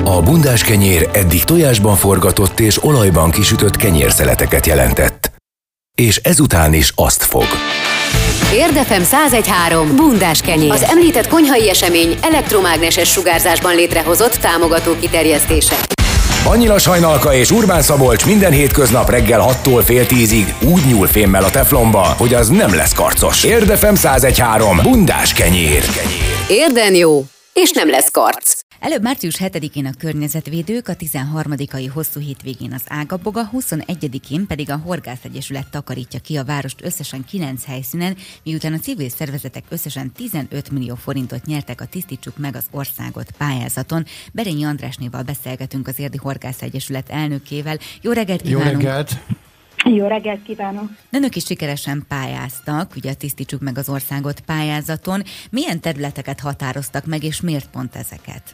A bundás kenyér eddig tojásban forgatott és olajban kisütött kenyérszeleteket jelentett. És ezután is azt fog. Érdefem 101.3 bundás kenyér. Az említett konyhai esemény elektromágneses sugárzásban létrehozott támogató kiterjesztése. Annyila Sajnalka és Urbán Szabolcs minden hétköznap reggel 6-tól fél 10-ig úgy nyúl fémmel a teflonba, hogy az nem lesz karcos. Érdefem 101.3 bundás kenyér. Érden jó, és nem lesz karc. Előbb március 7-én a környezetvédők, a 13-ai hosszú hétvégén az Ágaboga, 21-én pedig a Horgászegyesület takarítja ki a várost összesen 9 helyszínen, miután a civil szervezetek összesen 15 millió forintot nyertek a Tisztítsuk meg az országot pályázaton. Berényi Andrásnéval beszélgetünk, az Érdi Horgászegyesület elnökével. Jó reggelt kívánunk! Jó reggelt! Jó reggelt kívánok! Önök is sikeresen pályáztak, ugye a Tisztítsuk meg az országot pályázaton. Milyen területeket határoztak meg, és miért pont ezeket?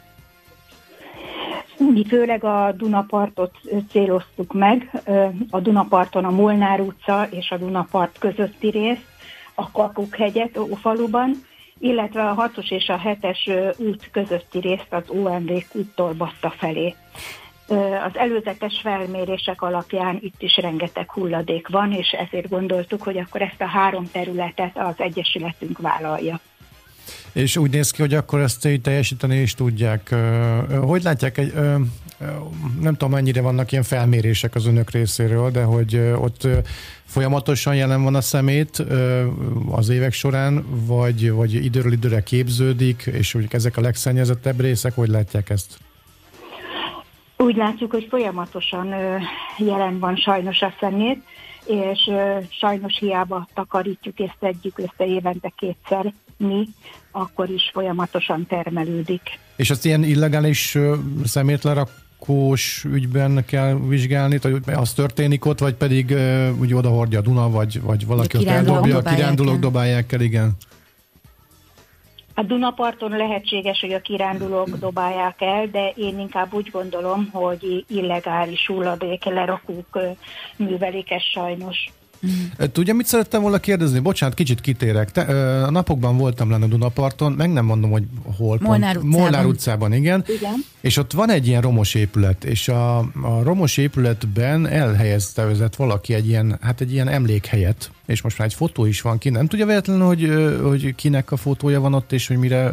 Mi főleg a Dunapartot céloztuk meg, a Dunaparton a Molnár utca és a Dunapart közötti részt, a Kakukhegyet Ófaluban, illetve a 6-os és a 7-es út közötti részt az OMV úttól Batta felé. Az előzetes felmérések alapján itt is rengeteg hulladék van, és ezért gondoltuk, hogy akkor ezt a 3 területet az Egyesületünk vállalja. És úgy néz ki, hogy akkor ezt így teljesíteni is tudják. Hogy látják, nem tudom, mennyire vannak ilyen felmérések az önök részéről, de hogy ott folyamatosan jelen van a szemét az évek során, vagy időről időre képződik, és úgy ezek a legszennyezettebb részek, hogy látják ezt? Úgy látjuk, hogy folyamatosan jelen van sajnos a szemét, és sajnos hiába takarítjuk és szedjük össze évente 2-szer mi, akkor is folyamatosan termelődik. És azt ilyen illegális szemétlerakós ügyben kell vizsgálni, hogy az történik ott, vagy pedig úgy odahordja a Duna, vagy valaki ott eldobja, a kirándulók dobálják el, igen. A Dunaparton lehetséges, hogy a kirándulók dobálják el, de én inkább úgy gondolom, hogy illegális hulladék lerakók művelik ezt sajnos. Tudja, mit szerettem volna kérdezni? Bocsánat, kicsit kitérek. A napokban voltam lenne a Dunaparton, meg nem mondom, hogy hol. Molnár utcában, igen. És ott van egy ilyen romos épület, és a romos épületben elhelyezett valaki egy ilyen emlékhelyet, és most már egy fotó is van ki. Nem tudja véletlenül, hogy kinek a fotója van ott, és hogy mire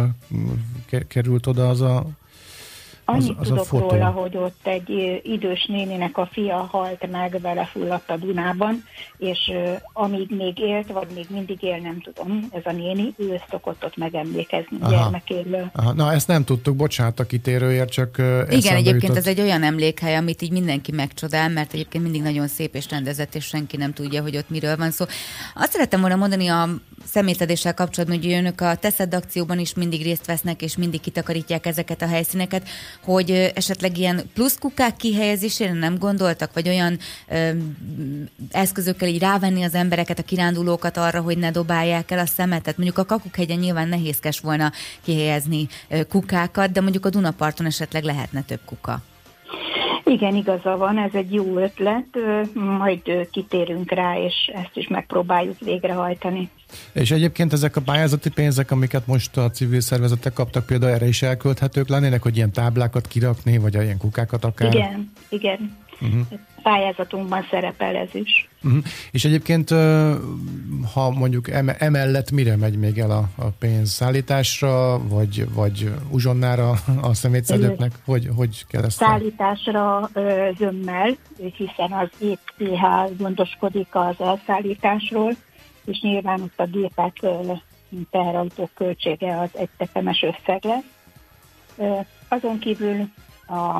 került oda az a Annyit tudok róla, hogy ott egy idős néninek a fia halt meg, vele fulladt a Dunában, és amíg még élt, vagy még mindig él, nem tudom, ez a néni, ő szokott ott megemlékezni gyermekéről. Na, ezt nem tudtuk, bocsánat a kitérőért, csak igen, egyébként jutott. Ez egy olyan emlékhely, amit így mindenki megcsodál, mert egyébként mindig nagyon szép és rendezett, és senki nem tudja, hogy ott miről van szó. Azt szerettem volna mondani a szemétszedéssel kapcsolatban, hogy önök a Teszed akcióban is mindig részt vesznek, és mindig kitakarítják ezeket a helyszíneket, hogy esetleg ilyen plusz kukák kihelyezésére nem gondoltak, vagy olyan eszközökkel így rávenni az embereket, a kirándulókat arra, hogy ne dobálják el a szemetet. Mondjuk a Kakukhegyen nyilván nehézkes volna kihelyezni kukákat, de mondjuk a Dunaparton esetleg lehetne több kuka. Igen, igaza van, ez egy jó ötlet, majd kitérünk rá, és ezt is megpróbáljuk végrehajtani. És egyébként ezek a pályázati pénzek, amiket most a civil szervezetek kaptak, például erre is elkölthetők lennének, hogy ilyen táblákat kirakni, vagy ilyen kukákat akár? Igen. Pályázatunkban szerepel ez is. És egyébként, ha mondjuk emellett mire megy még el a pénz? Szállításra, vagy uzsonnára a szemétszedőknek? Hogy kell ezt? Szállításra zömmel, hiszen az EPH gondoskodik az elszállításról, és nyilván ott a gépek, teherautók költsége az egy tetemes összeg lesz. Azon kívül a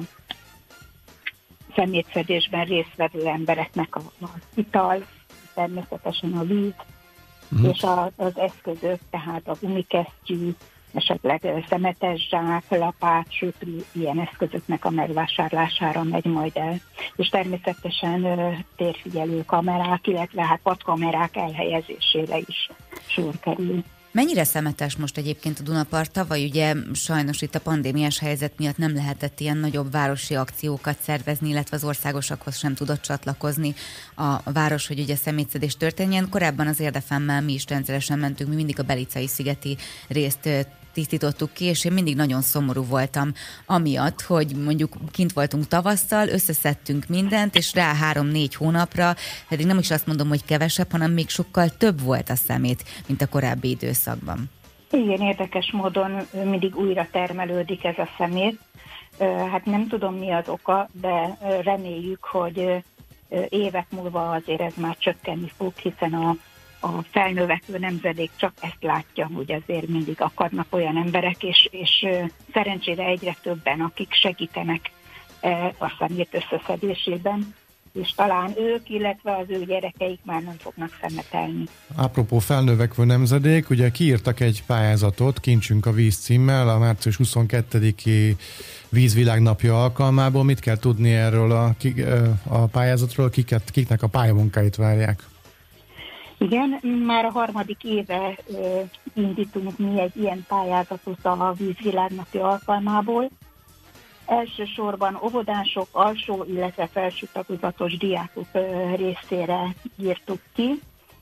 szemétszedésben résztvevő embereknek az ital, természetesen a víz, és az eszközök, tehát a gumikesztyű, esetleg szemetes zsák, lapát, söprű, ilyen eszközöknek a megvásárlására megy majd el. És természetesen térfigyelő kamerák, illetve hát padkamerák elhelyezésére is sor kerül. Mennyire szemetes most egyébként a Dunapart? Tavaly ugye sajnos itt a pandémiás helyzet miatt nem lehetett ilyen nagyobb városi akciókat szervezni, illetve az országosakhoz sem tudott csatlakozni a város, hogy ugye szemétszedés történjen. Korábban az Érdefemmel mi is rendszeresen mentünk, mi mindig a Belicai szigeti részt tisztítottuk ki, és én mindig nagyon szomorú voltam amiatt, hogy mondjuk kint voltunk tavasszal, összeszedtünk mindent, és rá 3-4 hónapra, pedig nem is azt mondom, hogy kevesebb, hanem még sokkal több volt a szemét, mint a korábbi időszakban. Igen, érdekes módon mindig újra termelődik ez a szemét. Hát nem tudom, mi az oka, de reméljük, hogy évek múlva azért ez már csökkenni fog, hiszen a felnövekvő nemzedék csak ezt látja, hogy azért mindig akadnak olyan emberek, és szerencsére egyre többen, akik segítenek a szemét összeszedésében, és talán ők, illetve az ő gyerekeik már nem fognak szemetelni. Apropó felnövekvő nemzedék, ugye kiírtak egy pályázatot, Kincsünk a víz címmel, a március 22-i vízvilágnapja alkalmából. Mit kell tudni erről a pályázatról, kiknek a pályamunkáit várják? Igen, már a 3. éve indítunk mi egy ilyen pályázatot a vízvilágnapja alkalmából. Elsősorban óvodások, alsó, illetve felső tagozatos diákok részére írtuk ki.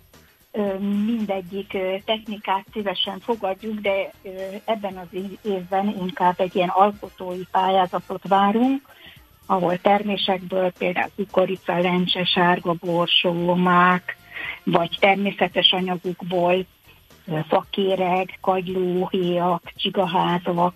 Mindegyik technikát szívesen fogadjuk, de ebben az évben inkább egy ilyen alkotói pályázatot várunk, ahol termésekből például kukorica, lencse, sárga borsó, mák, vagy természetes anyagokból fakéreg, kagyló, héjak, csigaházak,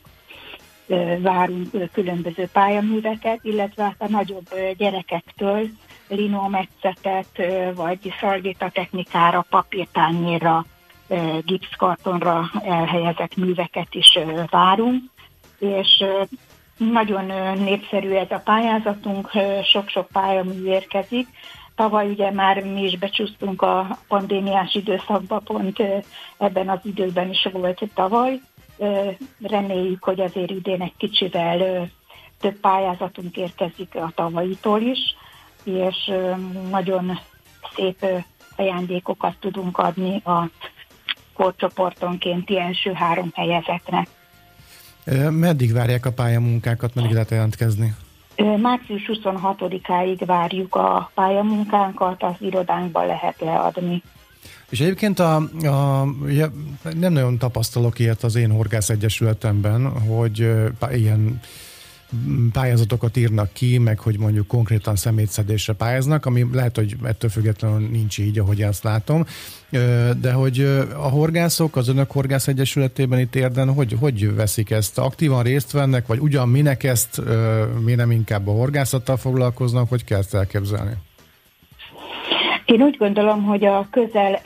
várunk különböző pályaműveket, illetve a nagyobb gyerekektől linometszetet, vagy szalvéta technikára, papírtányérra, gipszkartonra elhelyezett műveket is várunk, és nagyon népszerű ez a pályázatunk, sok-sok pályamű érkezik. Tavaly ugye már mi is becsúsztunk a pandémiás időszakba, pont ebben az időben is volt tavaly. Reméljük, hogy azért idén egy kicsivel több pályázatunk érkezik a tavalyitól is, és nagyon szép ajándékokat tudunk adni a korcsoportonkénti első 3 helyezetnek. Meddig várják a pályamunkákat, meddig lehet jelentkezni? Március 26-áig várjuk a pályamunkánkat, az irodánkban lehet leadni. És egyébként nem nagyon tapasztalok ilyet az én Horgász Egyesületemben, hogy ilyen pályázatokat írnak ki, meg hogy mondjuk konkrétan szemétszedésre pályáznak, ami lehet, hogy ettől függetlenül nincs így, ahogy azt látom. De hogy a horgászok az Önök Horgász Egyesületében itt Érden, hogy veszik ezt? Aktívan részt vennek, vagy ugyan minek ezt, mi nem inkább a horgászattal foglalkoznak, hogy kell ezt elképzelni? Én úgy gondolom, hogy a közel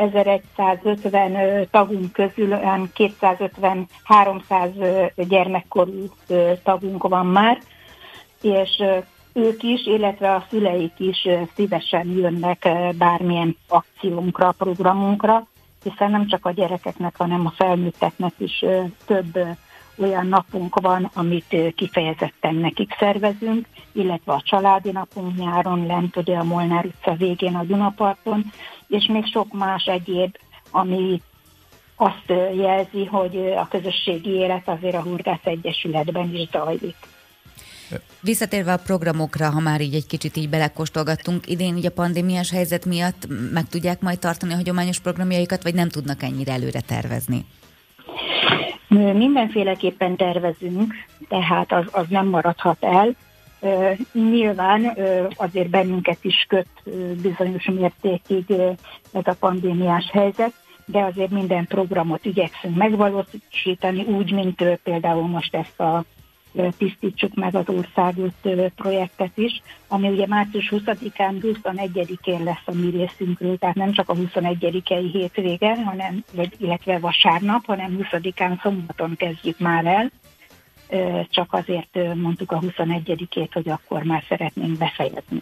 1150 tagunk közül 250-300 gyermekkorú tagunk van már, és ők is, illetve a szüleik is szívesen jönnek bármilyen akciónkra, programunkra, hiszen nem csak a gyerekeknek, hanem a felnőtteknek is több olyan napunk van, amit kifejezetten nekik szervezünk, illetve a családi napunk nyáron lent ugye a Molnár utca végén a Dunaparton, és még sok más egyéb, ami azt jelzi, hogy a közösségi élet azért a Horgász Egyesületben is zajlik. Visszatérve a programokra, ha már így egy kicsit így belekóstolgattunk, idén ugye a pandémiás helyzet miatt meg tudják majd tartani a hagyományos programjaikat, vagy nem tudnak ennyire előre tervezni? Mindenféleképpen tervezünk, tehát az nem maradhat el. Nyilván azért bennünket is köt bizonyos mértékig ez a pandémiás helyzet, de azért minden programot igyekszünk megvalósítani, úgy, mint például most ezt a tisztítsuk meg az országot projektet is, ami ugye március 20-án, 21-én lesz a mi részünkről, tehát nem csak a 21-i hétvége, illetve vasárnap, hanem 20-án szombaton kezdjük már el, csak azért mondtuk a 21-ét, hogy akkor már szeretnénk befejezni.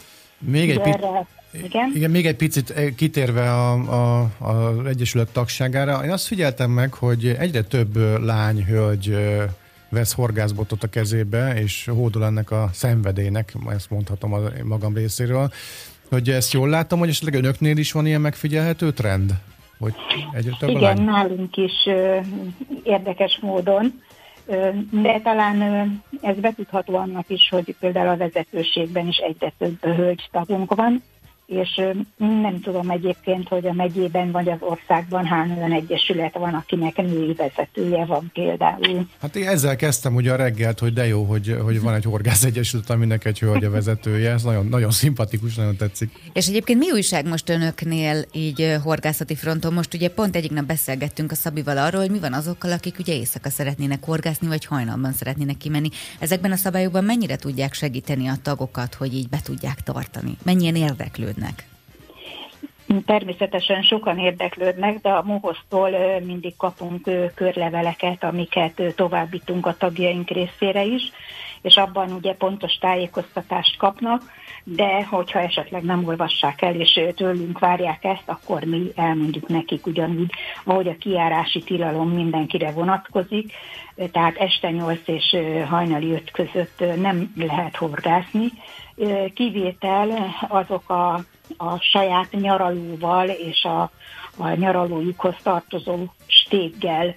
Még egy picit kitérve az Egyesület tagságára, én azt figyeltem meg, hogy egyre több lány, hölgy vesz horgászbotot a kezébe, és hódol ennek a szenvedélynek, ezt mondhatom a magam részéről, hogy ezt jól látom, hogy esetleg önöknél is van ilyen megfigyelhető trend? Hogy egyre több igen, nálunk is érdekes módon, de talán ez betudható annak is, hogy például a vezetőségben is egyre több hölgytagunk van, és nem tudom egyébként, hogy a megyében vagy az országban hány olyan egyesület van, akinek női vezetője van például. Hát én ezzel kezdtem ugye a reggelt, hogy de jó, hogy van egy horgászegyesület, aminek egy hölgy a vezetője, ez nagyon, nagyon szimpatikus, nagyon tetszik. És egyébként mi újság most önöknél így horgászati fronton? Most ugye pont egyik nap beszélgettünk a Szabival arról, hogy mi van azokkal, akik ugye éjszaka szeretnének horgászni, vagy hajnalban szeretnének kimenni. Ezekben a szabályokban mennyire tudják segíteni a tagokat, hogy így be tudják tartani? Mennyien érdeklődnek? Természetesen sokan érdeklődnek, de a MOHOZ-tól mindig kapunk körleveleket, amiket továbbítunk a tagjaink részére is, és abban ugye pontos tájékoztatást kapnak, de hogyha esetleg nem olvassák el, és tőlünk várják ezt, akkor mi elmondjuk nekik ugyanúgy, ahogy a kijárási tilalom mindenkire vonatkozik, tehát este 8 és hajnali 5 között nem lehet horgászni. Kivétel azok a saját nyaralóval és a nyaralójukhoz tartozó stéggel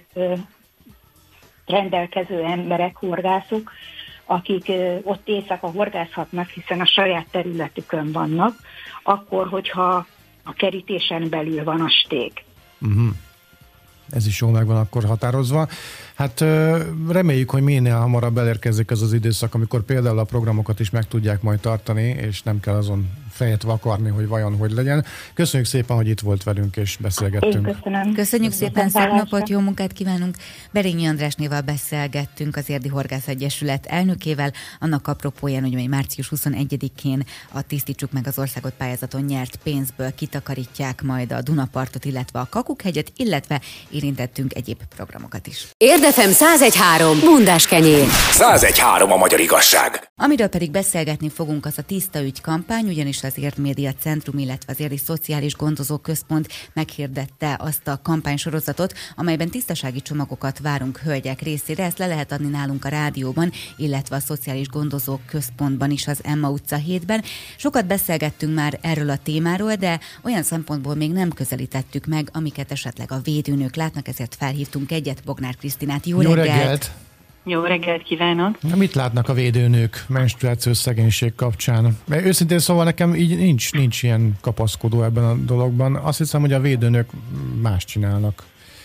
rendelkező emberek, horgászok, akik ott éjszaka horgászhatnak, hiszen a saját területükön vannak, akkor, hogyha a kerítésen belül van a stég. Uh-huh. Ez is jól meg van akkor határozva. Hát reméljük, hogy minél hamarabb elérkezik az az időszak, amikor például a programokat is meg tudják majd tartani, és nem kell azon fejet vakarni, hogy vajon hogy legyen. Köszönjük szépen, hogy itt volt velünk, és beszélgettünk. Én köszönöm. Köszönjük szépen, szép napot, jó munkát kívánunk. Berényi Andrásnéval beszélgettünk, az Érdi Horgász Egyesület elnökével, annak apropóján, hogy március 21-én a Tisztítsuk meg az országot pályázaton nyert pénzből kitakarítják majd a Dunapartot, illetve a Kakukhegyet, illetve érintettünk egyéb programokat is. Érdefem 101.3 Bundás kenyér. 101.3 a magyar igazság. Amiről pedig beszélgetni fogunk, az a Tiszta ügy kampány, ugyanis az Érd Média Centrum, illetve az Érdi Szociális Gondozó Központ meghirdette azt a kampánysorozatot, amelyben tisztasági csomagokat várunk hölgyek részére. Ezt le lehet adni nálunk a rádióban, illetve a Szociális Gondozó Központban is, az Emma utca 7-ben. Sokat beszélgettünk már erről a témáról, de olyan szempontból még nem közelítettük meg, amiket esetleg a védőnők látnak, ezért felhívtunk egyet, Bognár Krisztinát. Jó reggelt! Jó reggelt kívánok! Mit látnak a védőnők menstruációs szegénység kapcsán? Mert őszintén szóval nekem így nincs ilyen kapaszkodó ebben a dologban. Azt hiszem, hogy a védőnők más csinálnak.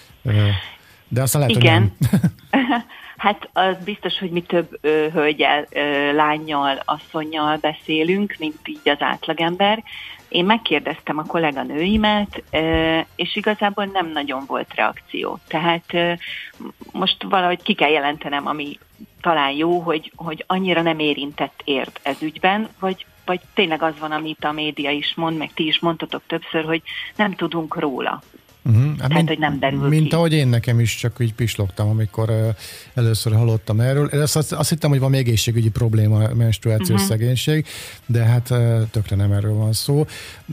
De aztán lehet, igen. Hogy nem. Hát az biztos, hogy mi több hölgyel, lánnyal, asszonnyal beszélünk, mint így az átlagember. Én megkérdeztem a kolléganőimet, és igazából nem nagyon volt reakció. Tehát most valahogy ki kell jelentenem, ami talán jó, hogy annyira nem érintett Érd ez ügyben, vagy tényleg az van, amit a média is mond, meg ti is mondtatok többször, hogy nem tudunk róla. Tehát, hogy nem derül mint ki. ahogy én nekem is csak így pislogtam, amikor először hallottam erről. Azt hittem, hogy van egészségügyi probléma, menstruációs szegénység, de hát tökre nem erről van szó.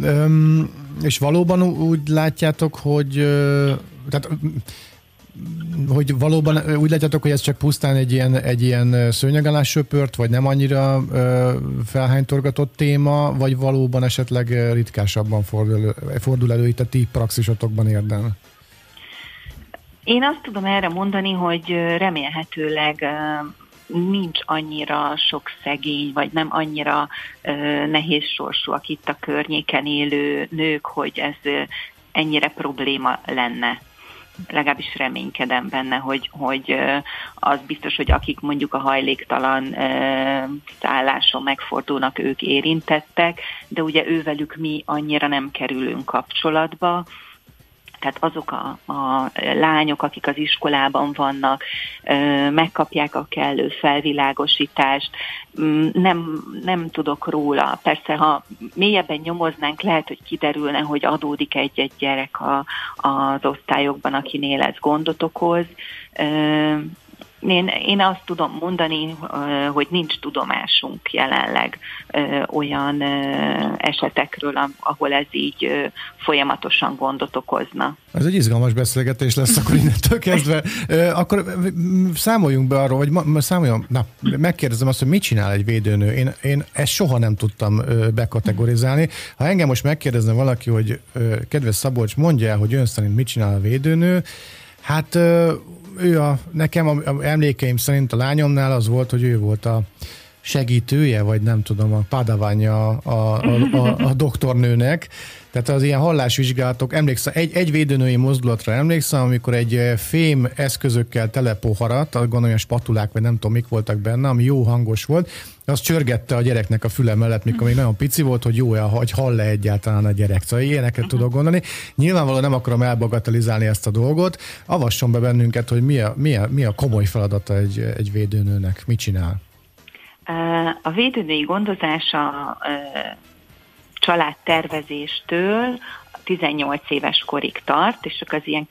És valóban úgy látjátok, hogy valóban úgy látjátok, hogy ez csak pusztán egy ilyen szőnyegállás söpört, vagy nem annyira felhánytorgatott téma, vagy valóban esetleg ritkásabban fordul elő itt a ti praxisotokban Érden? Én azt tudom erre mondani, hogy remélhetőleg nincs annyira sok szegény, vagy nem annyira nehéz sorsúak itt a környéken élő nők, hogy ez ennyire probléma lenne. Legalábbis reménykedem benne, hogy az biztos, hogy akik mondjuk a hajléktalan szálláson megfordulnak, ők érintettek, de ugye ővelük mi annyira nem kerülünk kapcsolatba. Tehát azok a lányok, akik az iskolában vannak, megkapják a kellő felvilágosítást, nem tudok róla. Persze, ha mélyebben nyomoznánk, lehet, hogy kiderülne, hogy adódik egy-egy gyerek az osztályokban, akinél ez gondot okoz. Én azt tudom mondani, hogy nincs tudomásunk jelenleg olyan esetekről, ahol ez így folyamatosan gondot okozna. Ez egy izgalmas beszélgetés lesz akkor innentől kezdve. Akkor számoljunk be arról, vagy megkérdezem azt, hogy mit csinál egy védőnő. Én ezt soha nem tudtam bekategorizálni. Ha engem most megkérdezne valaki, hogy kedves Szabolcs, mondja el, hogy ön szerint mit csinál a védőnő, hát nekem emlékeim szerint a lányomnál az volt, hogy ő volt segítője, vagy nem tudom, a padavánja a doktornőnek. Tehát az ilyen hallásvizsgálatok, emlékszem, egy védőnői mozdulatra emlékszem, amikor egy fém eszközökkel tele poharat, gondolom, hogy spatulák, vagy nem tudom, mik voltak benne, ami jó hangos volt, az csörgette a gyereknek a füle mellett, mikor még nagyon pici volt, hogy jó, hogy hall-e egyáltalán a gyerek. Szóval ilyeneket tudok gondolni. Nyilvánvalóan nem akarom elbagatelizálni ezt a dolgot. Avasson be bennünket, hogy mi a komoly feladata egy védőnőnek, mit csinál? A védőnői gondozás a családtervezéstől 18 éves korig tart, és csak az ilyen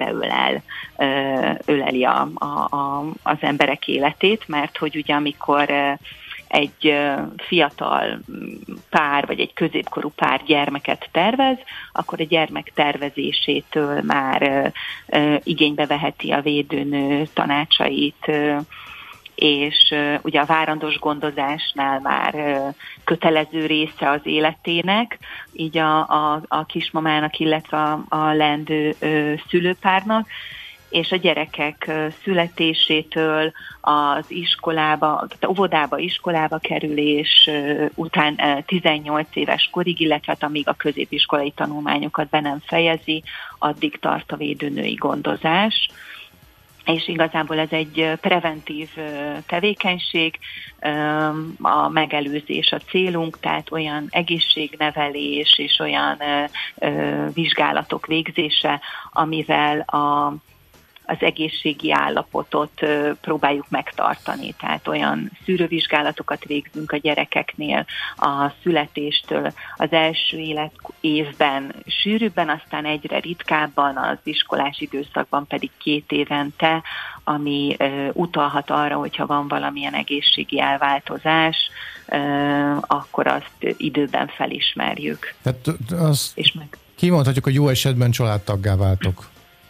öleli az emberek életét, mert hogy ugye amikor egy fiatal pár, vagy egy középkorú pár gyermeket tervez, akkor a gyermek tervezésétől már igénybe veheti a védőnő tanácsait, és ugye a várandós gondozásnál már kötelező része az életének, így a kismamának, illetve a leendő szülőpárnak, és a gyerekek születésétől az iskolába, óvodába, iskolába kerülés után 18 éves korig, illetve amíg a középiskolai tanulmányokat be nem fejezi, addig tart a védőnői gondozás. És igazából ez egy preventív tevékenység, a megelőzés a célunk, tehát olyan egészségnevelés és olyan vizsgálatok végzése, amivel az egészségi állapotot próbáljuk megtartani. Tehát olyan szűrővizsgálatokat végzünk a gyerekeknél a születéstől az első életévben sűrűbben, aztán egyre ritkábban, az iskolás időszakban pedig 2 évente, ami utalhat arra, hogyha van valamilyen egészségi elváltozás, akkor azt időben felismerjük. Tehát kimondhatjuk, hogy jó esetben családtaggá váltok.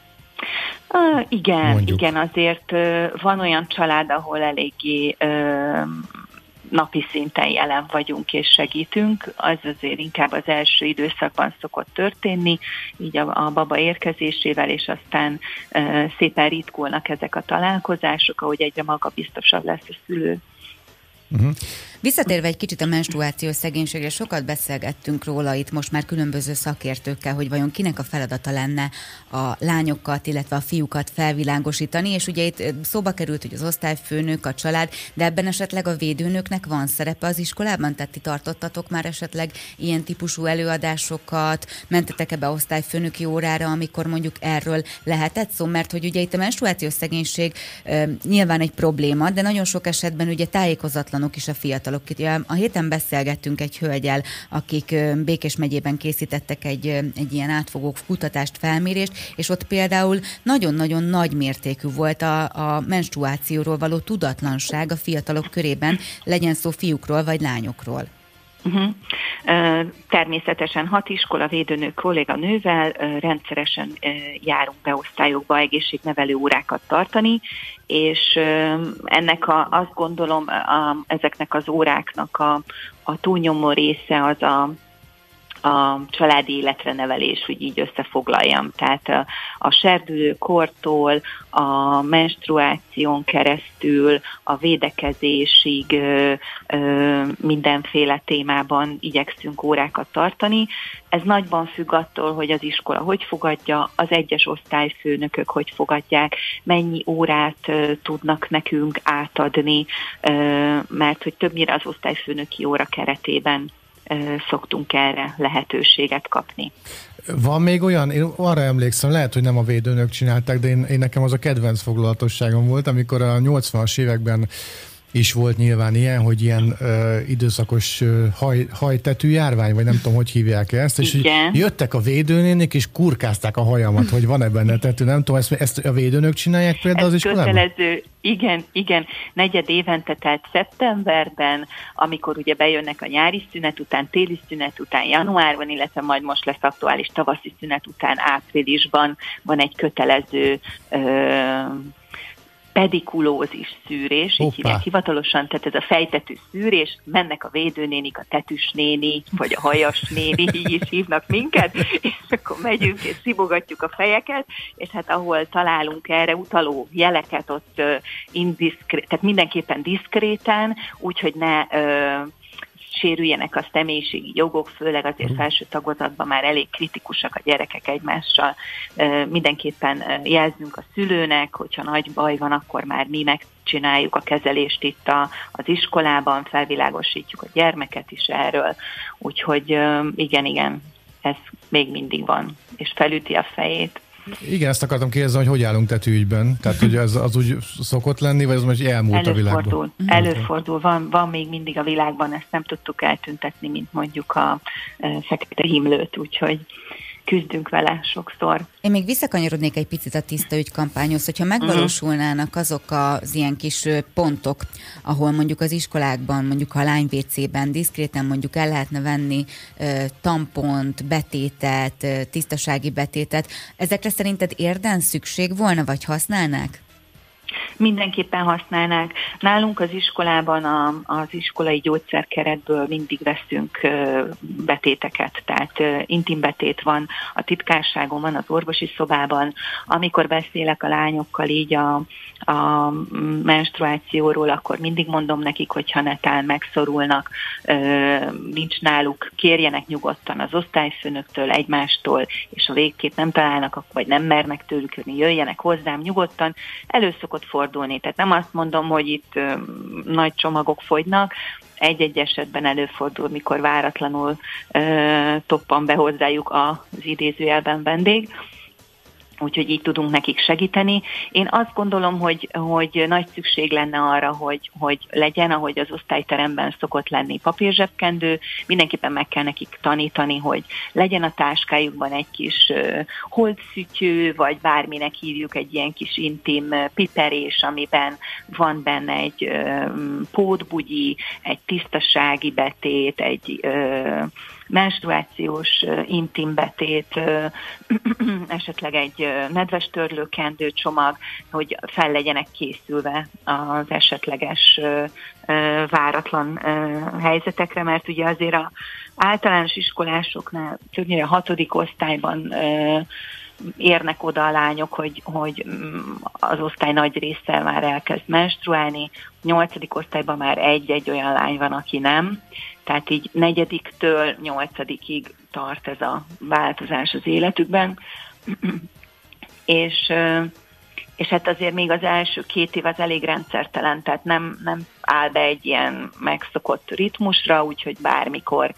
Igen, azért van olyan család, ahol eléggé napi szinten jelen vagyunk és segítünk, az azért inkább az első időszakban szokott történni, így a baba érkezésével, és aztán szépen ritkulnak ezek a találkozások, ahogy egyre magabiztosabb lesz a szülő. Uh-huh. Visszatérve egy kicsit a menstruációs szegénységre, sokat beszélgettünk róla itt most már különböző szakértőkkel, hogy vajon kinek a feladata lenne a lányokat, illetve a fiúkat felvilágosítani, és ugye itt szóba került, hogy az osztályfőnök, a család, de ebben esetleg a védőnőknek van szerepe az iskolában? Tehát ti tartottatok már esetleg ilyen típusú előadásokat, mentetek ebbe osztályfőnöki órára, amikor mondjuk erről lehetett szó, mert hogy ugye itt a menstruációs szegénység nyilván egy probléma, de nagyon sok esetben ugye tájékozatlanok is a fiatalok. A héten beszélgettünk egy hölgyel, akik Békés megyében készítettek egy ilyen átfogó kutatást, felmérést, és ott például nagyon-nagyon nagy mértékű volt a menstruációról való tudatlanság a fiatalok körében, legyen szó fiúkról vagy lányokról. Természetesen 6 iskola védőnő kolléganővel rendszeresen járunk be osztályokba egészségnevelő órákat tartani, és ennek azt gondolom, ezeknek az óráknak a túlnyomó része az a családi életre nevelés, hogy így összefoglaljam. Tehát a serdülőkortól, a menstruáción keresztül, a védekezésig mindenféle témában igyekszünk órákat tartani. Ez nagyban függ attól, hogy az iskola hogy fogadja, az egyes osztályfőnökök hogy fogadják, mennyi órát tudnak nekünk átadni, mert hogy többnyire az osztályfőnöki óra keretében szoktunk erre lehetőséget kapni. Van még olyan, én arra emlékszem, lehet, hogy nem a védőnök csinálták, de én nekem az a kedvenc foglalatosságom volt, amikor a 80-as években is volt nyilván ilyen, hogy ilyen időszakos hajtetű járvány, vagy nem tudom, hogy hívják ezt, és jöttek a védőnénik, és kurkázták a hajamat, hogy van-e benne tetű, nem tudom, ezt a védőnök csinálják például az iskolában? Kötelező, igen, 4 évente, tehát szeptemberben, amikor ugye bejönnek a nyári szünet után, téli szünet után, januárban, illetve majd most lesz aktuális tavaszi szünet után, áprilisban van egy kötelező pedikulózis szűrés, így hívják hivatalosan, tehát ez a fejtetű szűrés, mennek a védőnénik, a tetűsnéni, vagy a hajasnéni, így is hívnak minket, és akkor megyünk és szibogatjuk a fejeket, és hát ahol találunk erre utaló jeleket, ott tehát mindenképpen diszkréten, úgyhogy ne sérüljenek a személyiségi jogok, főleg azért felső tagozatban már elég kritikusak a gyerekek egymással. Mindenképpen jelzünk a szülőnek, hogyha nagy baj van, akkor már mi megcsináljuk a kezelést itt az iskolában, felvilágosítjuk a gyermeket is erről. Úgyhogy igen, ez még mindig van, és felüti a fejét. Igen, ezt akartam kérdezni, hogy állunk tetőügyben? Tehát, hogy az úgy szokott lenni, vagy az most elmúlt a világban? Előfordul. Van még mindig a világban, ezt nem tudtuk eltüntetni, mint mondjuk a fekete himlőt, úgyhogy küzdünk vele sokszor. Én még visszakanyarodnék egy picit a tiszta ügy kampányhoz, hogyha megvalósulnának azok az ilyen kis pontok, ahol mondjuk az iskolákban, mondjuk a lány WC-ben diszkréten mondjuk el lehetne venni tampont, betétet, tisztasági betétet. Ezekre szerinted érden szükség volna, vagy használnák? Mindenképpen használnák. Nálunk az iskolában az iskolai gyógyszerkeretből mindig veszünk betéteket, tehát intim betét van a titkárságon, van az orvosi szobában. Amikor beszélek a lányokkal így a menstruációról, akkor mindig mondom nekik, hogyha netán megszorulnak, nincs náluk, kérjenek nyugodtan az osztályfőnöktől, egymástól, és ha végképp nem találnak, vagy nem mernek tőlük jönni, jöjjenek hozzám nyugodtan. Elő szokott fordulni, tehát nem azt mondom, hogy itt nagy csomagok fogynak, egy-egy esetben előfordul, mikor váratlanul toppan be hozzájuk az idézőjelben vendég, úgyhogy így tudunk nekik segíteni. Én azt gondolom, hogy nagy szükség lenne arra, hogy legyen, ahogy az osztályteremben szokott lenni, papírzsebkendő. Mindenképpen meg kell nekik tanítani, hogy legyen a táskájukban egy kis holdszütyő, vagy bárminek hívjuk, egy ilyen kis intim piperés, amiben van benne egy pótbugyi, egy tisztasági betét, egy menstruációs intim betét, esetleg egy nedves törlőkendő csomag, hogy fel legyenek készülve az esetleges váratlan helyzetekre, mert ugye azért az általános iskolásoknál, többnyire a 6. osztályban érnek oda a lányok, hogy az osztály nagy része már elkezd menstruálni, 8. osztályban már egy olyan lány van, aki nem, tehát így 4-től 8-ig tart ez a változás az életükben, és hát azért még az első 2 év az elég rendszertelen, tehát nem áll be egy ilyen megszokott ritmusra, úgyhogy bármikor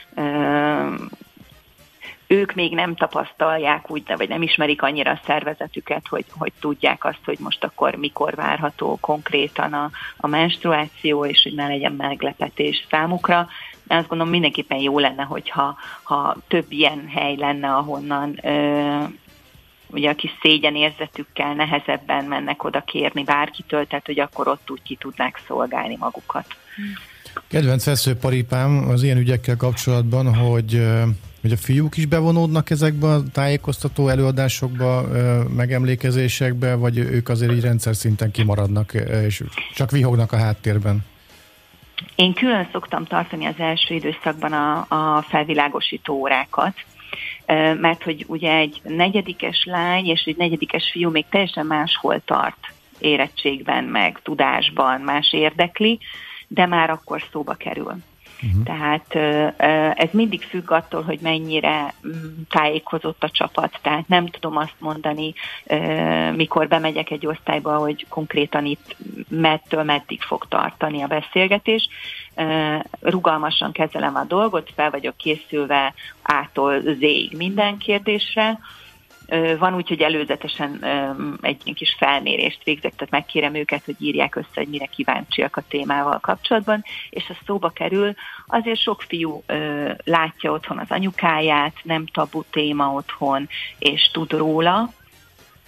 ők még nem tapasztalják úgy, vagy nem ismerik annyira a szervezetüket, hogy tudják azt, hogy most akkor mikor várható konkrétan a menstruáció, és hogy ne legyen meglepetés számukra. Azt gondolom, mindenképpen jó lenne, hogyha több ilyen hely lenne, ahonnan ugye a kis szégyenérzetükkel nehezebben mennek oda kérni bárkitől, tehát hogy akkor ott úgy ki tudnák szolgálni magukat. Kedvenc veszőparipám az ilyen ügyekkel kapcsolatban, hogy a fiúk is bevonódnak ezekbe a tájékoztató előadásokba, megemlékezésekbe, vagy ők azért így rendszer szinten kimaradnak, és csak vihognak a háttérben? Én külön szoktam tartani az első időszakban a felvilágosító órákat, mert hogy ugye egy 4. lány és egy 4. fiú még teljesen máshol tart érettségben, meg tudásban, más érdekli, de már akkor szóba kerül. Tehát ez mindig függ attól, hogy mennyire tájékozott a csapat. Tehát nem tudom azt mondani, mikor bemegyek egy osztályba, hogy konkrétan itt mettől meddig fog tartani a beszélgetés. Rugalmasan kezelem a dolgot, fel vagyok készülve A-tól Z-ig minden kérdésre. Van úgy, hogy előzetesen egy kis felmérést végzek, tehát megkérem őket, hogy írják össze, hogy mire kíváncsiak a témával kapcsolatban, és a szóba kerül. Azért sok fiú látja otthon az anyukáját, nem tabu téma otthon, és tud róla,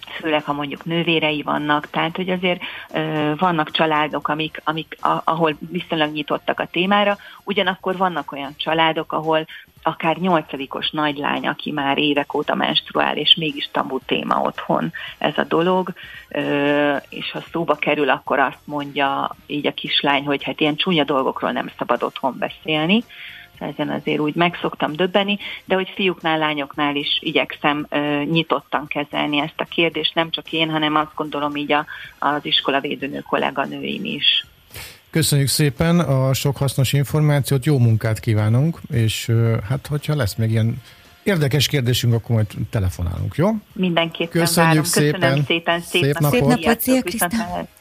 főleg ha mondjuk nővérei vannak, tehát hogy azért vannak családok, ahol viszonylag nyitottak a témára, ugyanakkor vannak olyan családok, ahol akár 8-os nagylány, aki már évek óta menstruál, és mégis tabu téma otthon ez a dolog, és ha szóba kerül, akkor azt mondja így a kislány, hogy hát ilyen csúnya dolgokról nem szabad otthon beszélni. Ezen azért úgy meg szoktam döbbeni, de hogy fiúknál, lányoknál is igyekszem nyitottan kezelni ezt a kérdést, nem csak én, hanem azt gondolom így az iskolavédőnő kolléganőim is. Köszönjük szépen a sok hasznos információt, jó munkát kívánunk, és hát hogyha lesz még ilyen érdekes kérdésünk, akkor majd telefonálunk, jó? Mindenképpen köszönjük várom. Szépen. Köszönöm szépen. Szép napot. Szia, Kriszta.